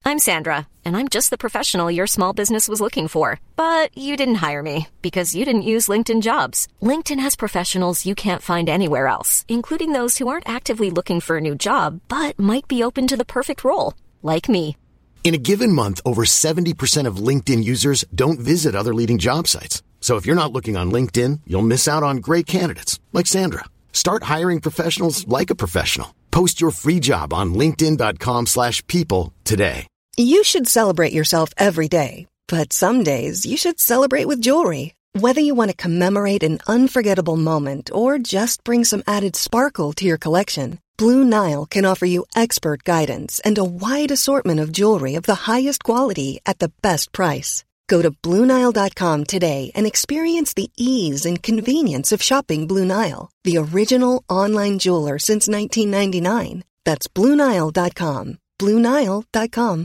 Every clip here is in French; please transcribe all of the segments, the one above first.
I'm Sandra, and I'm just the professional your small business was looking for. But you didn't hire me because you didn't use LinkedIn Jobs. LinkedIn has professionals you can't find anywhere else, including those who aren't actively looking for a new job, but might be open to the perfect role, like me. In a given month, over 70% of LinkedIn users don't visit other leading job sites. So if you're not looking on LinkedIn, you'll miss out on great candidates like Sandra. Start hiring professionals like a professional. Post your free job on linkedin.com/people today. You should celebrate yourself every day, but some days you should celebrate with jewelry. Whether you want to commemorate an unforgettable moment or just bring some added sparkle to your collection, Blue Nile can offer you expert guidance and a wide assortment of jewelry of the highest quality at the best price. Go to BlueNile.com today and experience the ease and convenience of shopping Blue Nile, the original online jeweler since 1999. That's BlueNile.com. BlueNile.com.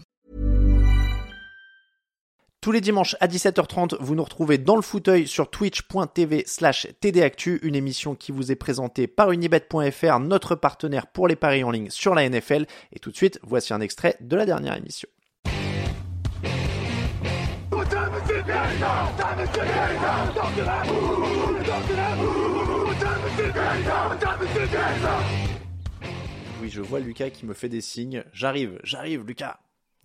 Tous les dimanches à 17h30, vous nous retrouvez dans le fauteuil sur twitch.tv/tdactu, une émission qui vous est présentée par unibet.fr, notre partenaire pour les paris en ligne sur la NFL. Et tout de suite, voici un extrait de la dernière émission. Oui, je vois Lucas qui me fait des signes. J'arrive, Lucas.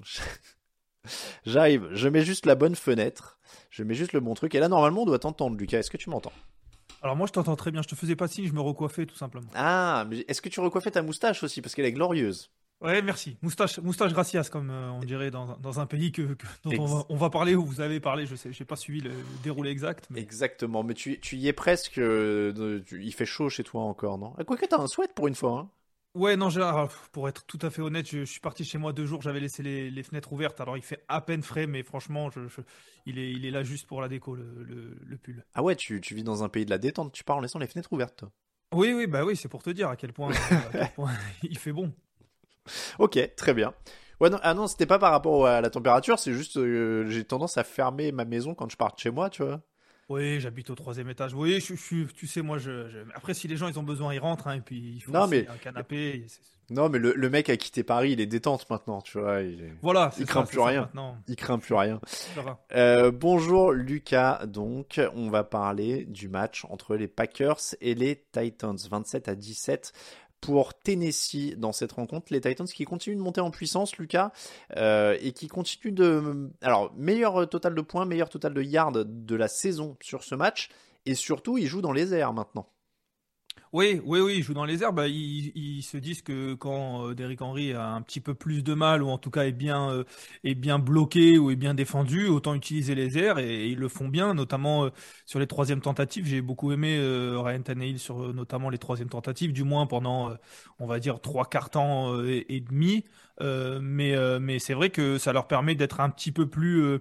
J'arrive, je mets juste la bonne fenêtre, je mets juste le bon truc, et là normalement on doit t'entendre, Lucas. Est-ce que tu m'entends? Alors moi je t'entends très bien, je te faisais pas de signe, je me recoiffais tout simplement. Ah, mais est-ce que tu recoiffais ta moustache aussi, parce qu'elle est glorieuse? Ouais, merci. Moustache gracias, comme on dirait dans un pays dont on va parler, où vous avez parlé, je sais, j'ai pas suivi le déroulé exact. Mais... Exactement, mais tu y es presque, il fait chaud chez toi encore, non? Quoique t'as un sweat pour une fois, hein. Ouais, non, pour être tout à fait honnête, je suis parti chez moi 2 jours, j'avais laissé les fenêtres ouvertes, alors il fait à peine frais, mais franchement, il est là juste pour la déco, le pull. Ah ouais, tu vis dans un pays de la détente, tu pars en laissant les fenêtres ouvertes, toi. Oui, bah oui, c'est pour te dire à quel point il fait bon. Ok, très bien. Ouais, non, c'était pas par rapport à la température, c'est juste j'ai tendance à fermer ma maison quand je pars de chez moi, tu vois. Oui, j'habite au 3e étage. Oui, tu sais, moi, après, si les gens ils ont besoin, ils rentrent, hein, et puis il faut un canapé. Non, mais le mec a quitté Paris, il est détente maintenant, tu vois. Voilà, il craint plus rien. Il craint plus rien. Bonjour Lucas, donc on va parler du match entre les Packers et les Titans, 27-17. Pour Tennessee dans cette rencontre, les Titans qui continuent de monter en puissance, Lucas, et qui continuent de... Alors, meilleur total de points, meilleur total de yards de la saison sur ce match, et surtout, ils jouent dans les airs maintenant. Oui, ils jouent dans les airs. Bah, ils se disent que quand Derrick Henry a un petit peu plus de mal, ou en tout cas est bien bloqué ou est bien défendu, autant utiliser les airs, et ils le font bien, notamment sur les 3e tentatives. J'ai beaucoup aimé Ryan Tannehill sur notamment les 3e tentatives, du moins pendant, on va dire, 3/4 temps et demi. Mais c'est vrai que ça leur permet d'être un petit peu plus,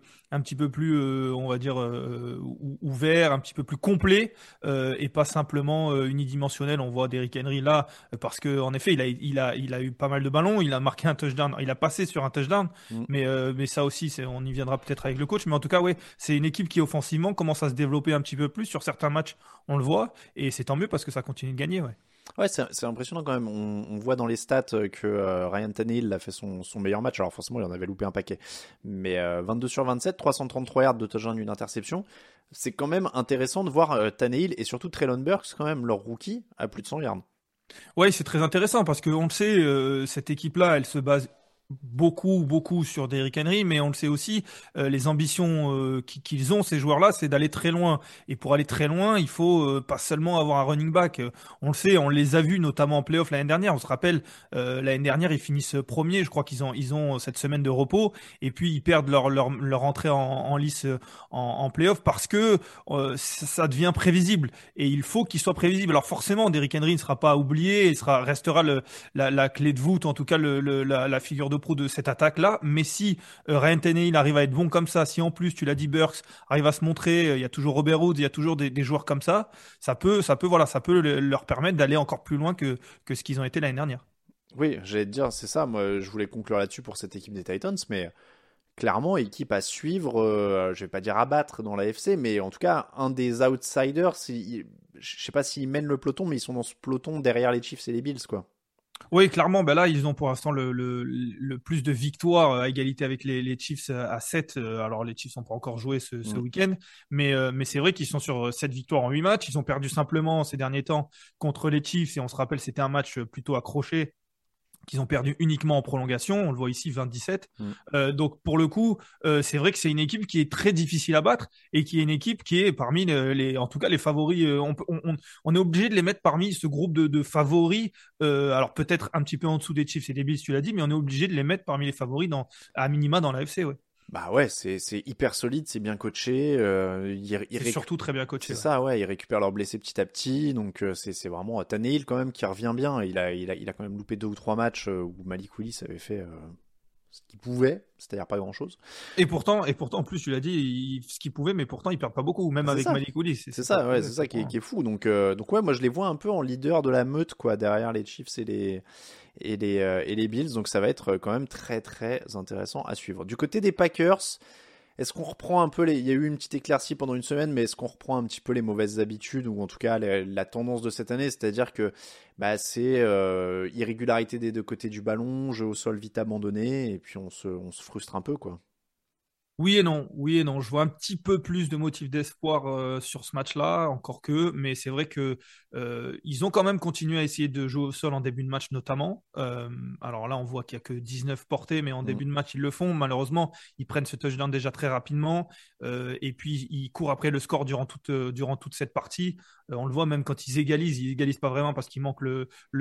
on va dire, ouvert, un petit peu plus complet, et pas simplement unidimensionnel. On voit Derrick Henry là, parce que en effet, il a eu pas mal de ballons, il a marqué un touchdown, il a passé sur un touchdown, mais ça aussi, on y viendra peut-être avec le coach. Mais en tout cas, ouais, c'est une équipe qui offensivement commence à se développer un petit peu plus. Sur certains matchs, on le voit, et c'est tant mieux parce que ça continue de gagner, ouais. Ouais, c'est impressionnant quand même. On voit dans les stats que Ryan Tannehill a fait son meilleur match. Alors forcément, il en avait loupé un paquet. Mais 22 sur 27, 333 yards de touchdown, une interception. C'est quand même intéressant de voir Tannehill et surtout Treylon Burks, quand même, leur rookie, à plus de 100 yards. Ouais, c'est très intéressant parce qu'on le sait, cette équipe-là, elle se base beaucoup sur Derrick Henry, mais on le sait aussi, les ambitions qu'ils ont, ces joueurs-là, c'est d'aller très loin. Et pour aller très loin, il faut pas seulement avoir un running back. On le sait, on les a vus notamment en playoff l'année dernière. On se rappelle, l'année dernière, ils finissent premiers. Je crois qu'ils ont cette semaine de repos, et puis ils perdent leur entrée en lice en playoff parce que ça devient prévisible. Et il faut qu'il soit prévisible. Alors forcément, Derrick Henry ne sera pas oublié, restera la clé de voûte, en tout cas la figure de pro de cette attaque-là, mais si Ryan Tannehill arrive à être bon comme ça, si en plus, tu l'as dit, Burks arrive à se montrer, il y a toujours Robert Woods, il y a toujours des joueurs comme ça peut leur permettre d'aller encore plus loin que ce qu'ils ont été l'année dernière. Oui, j'allais te dire, c'est ça, moi je voulais conclure là-dessus pour cette équipe des Titans, mais clairement, équipe à suivre, je vais pas dire à battre dans la FC, mais en tout cas, un des outsiders, je sais pas s'ils mènent le peloton, mais ils sont dans ce peloton derrière les Chiefs et les Bills, quoi. Oui, clairement, ben là, ils ont pour l'instant le plus de victoires à égalité avec les Chiefs à 7. Alors, les Chiefs n'ont pas encore joué ce Mm. week-end, mais c'est vrai qu'ils sont sur 7 victoires en 8 matchs. Ils ont perdu simplement ces derniers temps contre les Chiefs, et on se rappelle, c'était un match plutôt accroché qu'ils ont perdu uniquement en prolongation. On le voit ici, 20-17. Mm. Donc pour le coup, c'est vrai que c'est une équipe qui est très difficile à battre et qui est une équipe qui est parmi en tout cas les favoris. On est obligé de les mettre parmi ce groupe de favoris. Alors peut-être un petit peu en dessous des Chiefs et des Bills, tu l'as dit, mais on est obligé de les mettre parmi les favoris à minima dans la FC. Ouais. Bah ouais, c'est hyper solide, c'est bien coaché. C'est surtout très bien C'est coaché. Ouais. ça, ouais, ils récupèrent leurs blessés petit à petit, donc c'est vraiment Tannehill quand même qui revient bien. Il a quand même loupé 2 ou 3 matchs où Malik Willis avait fait ce qu'il pouvait, c'est-à-dire pas grand-chose. Et pourtant, en plus, tu l'as dit, ce qu'ils pouvaient, mais pourtant, ils perdent pas beaucoup, même C'est avec ça, Malik Willis. c'est C'est ça le ça, ouais, problème, c'est ça c'est qui est fou. Donc ouais, moi je les vois un peu en leader de la meute quoi, derrière les Chiefs et les Bills, donc ça va être quand même très très intéressant à suivre. Du côté des Packers. Est-ce qu'on reprend un peu il y a eu une petite éclaircie pendant une semaine, mais est-ce qu'on reprend un petit peu les mauvaises habitudes ou en tout cas la tendance de cette année, c'est-à-dire que bah, c'est irrégularité des deux côtés du ballon, jeu au sol vite abandonné, et puis on se frustre un peu quoi. Oui et non, oui et non. Je vois un petit peu plus de motifs d'espoir sur ce match-là, encore que, mais c'est vrai que ils ont quand même continué à essayer de jouer au sol en début de match notamment. Alors là, on voit qu'il y a que 19 portées, mais en Mm. début de match, ils le font. Malheureusement, ils prennent ce touchdown déjà très rapidement, et puis ils courent après le score durant toute cette partie. On le voit même quand ils égalisent pas vraiment parce qu'il manque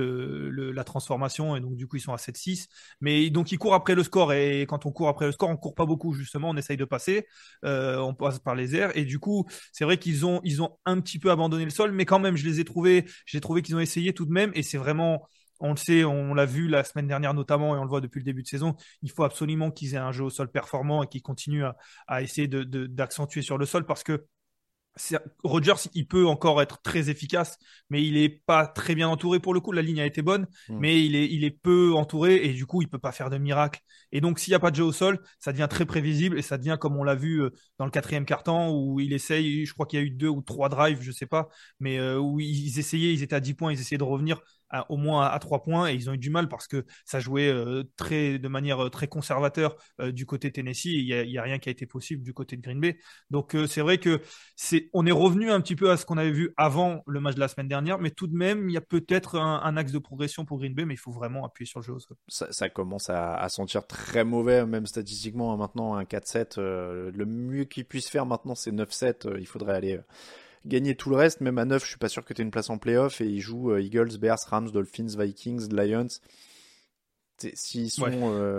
la transformation, et donc du coup, ils sont à 7-6. Mais donc, ils courent après le score, et quand on court après le score, on court pas beaucoup, justement, on essaye de passer, on passe par les airs, et du coup, c'est vrai qu'ils ont un petit peu abandonné le sol, mais quand même, j'ai trouvé qu'ils ont essayé tout de même, et c'est vraiment, on le sait, on l'a vu la semaine dernière notamment, et on le voit depuis le début de saison, il faut absolument qu'ils aient un jeu au sol performant et qu'ils continuent à essayer d'accentuer sur le sol, parce que Rodgers, il peut encore être très efficace, mais il est pas très bien entouré pour le coup. La ligne a été bonne, Mm. mais il est peu entouré, et du coup, il peut pas faire de miracle. Et donc, s'il n'y a pas de jeu au sol, ça devient très prévisible, et ça devient comme on l'a vu dans le quatrième quart-temps où il essaye, je crois qu'il y a eu 2 ou 3 drives, je sais pas, mais où ils essayaient, ils étaient à 10 points, ils essayaient de revenir au moins à 3 points, et ils ont eu du mal parce que ça jouait de manière très conservateur du côté Tennessee, et il y a rien qui a été possible du côté de Green Bay. Donc, c'est vrai que on est revenu un petit peu à ce qu'on avait vu avant le match de la semaine dernière, mais tout de même, il y a peut-être un axe de progression pour Green Bay, mais il faut vraiment appuyer sur le jeu au sol. Ça commence à sentir très mauvais, même statistiquement, hein, maintenant, un 4-7. Le mieux qu'ils puissent faire maintenant, c'est 9-7. Il faudrait aller gagner tout le reste. Même à 9, je suis pas sûr que tu aies une place en playoff. Et ils jouent Eagles, Bears, Rams, Dolphins, Vikings, Lions. S'ils sont, Ouais.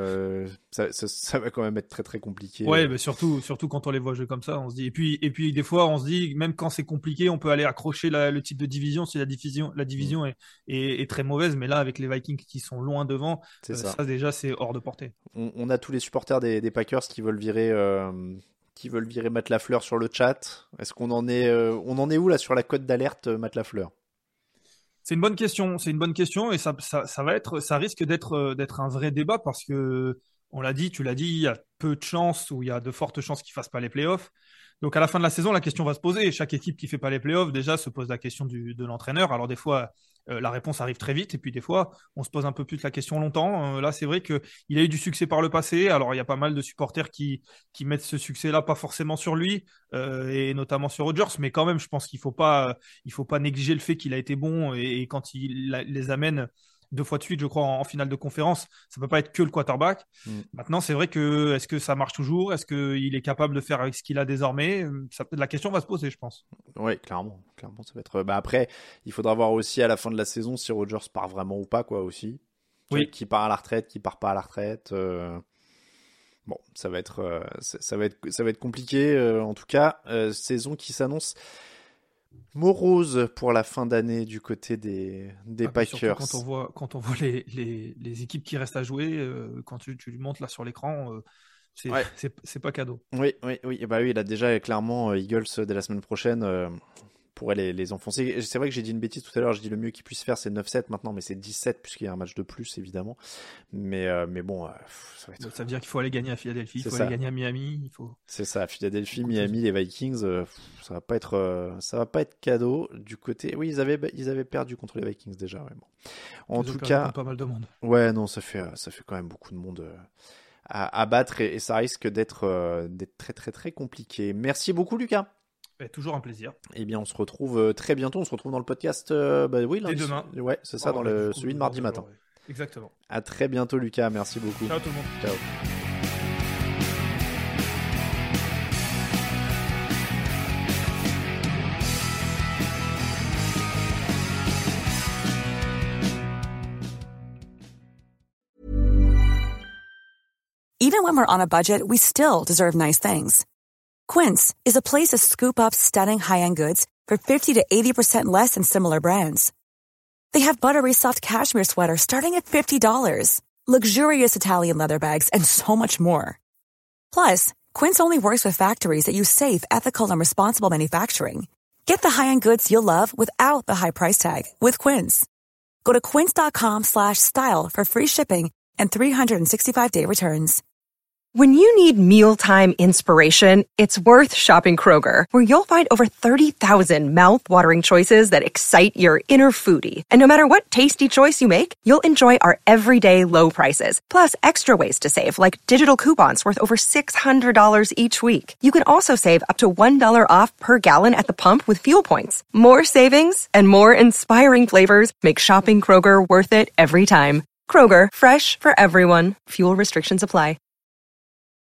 ça va quand même être très très compliqué. Ouais, mais surtout quand on les voit jouer comme ça, on se dit. Et puis des fois, on se dit, même quand c'est compliqué, on peut aller accrocher le type de division si Mm. la division est très mauvaise. Mais là, avec les Vikings qui sont loin devant, C'est ça. ça déjà, c'est hors de portée. On a tous les supporters des Packers qui veulent virer Matt Lafleur sur le chat. Est-ce on en est où là sur la cote d'alerte Matt Lafleur? C'est une bonne question. C'est une bonne question, et ça risque d'être un vrai débat, parce que on l'a dit, tu l'as dit, il y a peu de chances, ou il y a de fortes chances qu'ils fassent pas les playoffs. Donc à la fin de la saison, la question va se poser. Chaque équipe qui fait pas les playoffs déjà se pose la question de l'entraîneur. Alors des fois, la réponse arrive très vite, et puis des fois, on se pose un peu plus la question longtemps. Là, c'est vrai que il a eu du succès par le passé. Alors il y a pas mal de supporters qui mettent ce succès-là pas forcément sur lui, et notamment sur Rodgers, mais quand même, je pense qu'il faut pas négliger le fait qu'il a été bon, et quand il les amène 2 fois de suite, je crois, en finale de conférence, ça peut pas être que le quarterback. Mm. Maintenant, c'est vrai que est-ce que ça marche toujours? Est-ce qu'il est capable de faire avec ce qu'il a désormais? La question va se poser, je pense. Oui, clairement, clairement, ça va être. Bah après, il faudra voir aussi à la fin de la saison si Rodgers part vraiment ou pas, quoi, aussi. Oui. Qui part à la retraite, qui part pas à la retraite. Bon, ça va être compliqué. En tout cas, saison qui s'annonce morose pour la fin d'année du côté des Ah, puis surtout Packers. quand on voit les équipes qui restent à jouer, quand tu montes là sur l'écran, c'est Ouais. c'est pas cadeau. Oui, oui, oui. Et bah oui, il a déjà clairement Eagles dès la semaine prochaine. pourrait les enfoncer. C'est vrai que j'ai dit une bêtise tout à l'heure, je dis le mieux qu'ils puissent faire c'est 9-7 maintenant, mais c'est 17 puisqu'il y a un match de plus évidemment. Mais bon, ça va être... Ça veut dire qu'il faut aller gagner à Philadelphie, il faut aller gagner à Miami. C'est ça, Philadelphie, Miami, les Vikings, ça va pas être cadeau du côté. Oui, ils avaient perdu contre les Vikings déjà. Ouais, bon. En tout cas, pas mal de monde. Ouais, non, ça fait quand même beaucoup de monde à battre et ça risque d'être très très très compliqué. Merci beaucoup Lucas. Toujours un plaisir. Eh bien, on se retrouve très bientôt. On se retrouve dans le podcast. Oui, lundi. Et demain. Ouais, c'est ça, celui de mardi matin. Ouais. Exactement. À très bientôt, Lucas. Merci beaucoup. Ciao tout le monde. Ciao. Even when we're on a budget, we still deserve nice things. Quince is a place to scoop up stunning high-end goods for 50 to 80% less than similar brands. They have buttery soft cashmere sweaters starting at $50, luxurious Italian leather bags, and so much more. Plus, Quince only works with factories that use safe, ethical, and responsible manufacturing. Get the high-end goods you'll love without the high price tag with Quince. Go to quince.com/style for free shipping and 365-day returns. When you need mealtime inspiration, it's worth shopping Kroger, where you'll find over 30,000 mouth-watering choices that excite your inner foodie. And no matter what tasty choice you make, you'll enjoy our everyday low prices, plus extra ways to save, like digital coupons worth over $600 each week. You can also save up to $1 off per gallon at the pump with fuel points. More savings and more inspiring flavors make shopping Kroger worth it every time. Kroger, fresh for everyone. Fuel restrictions apply.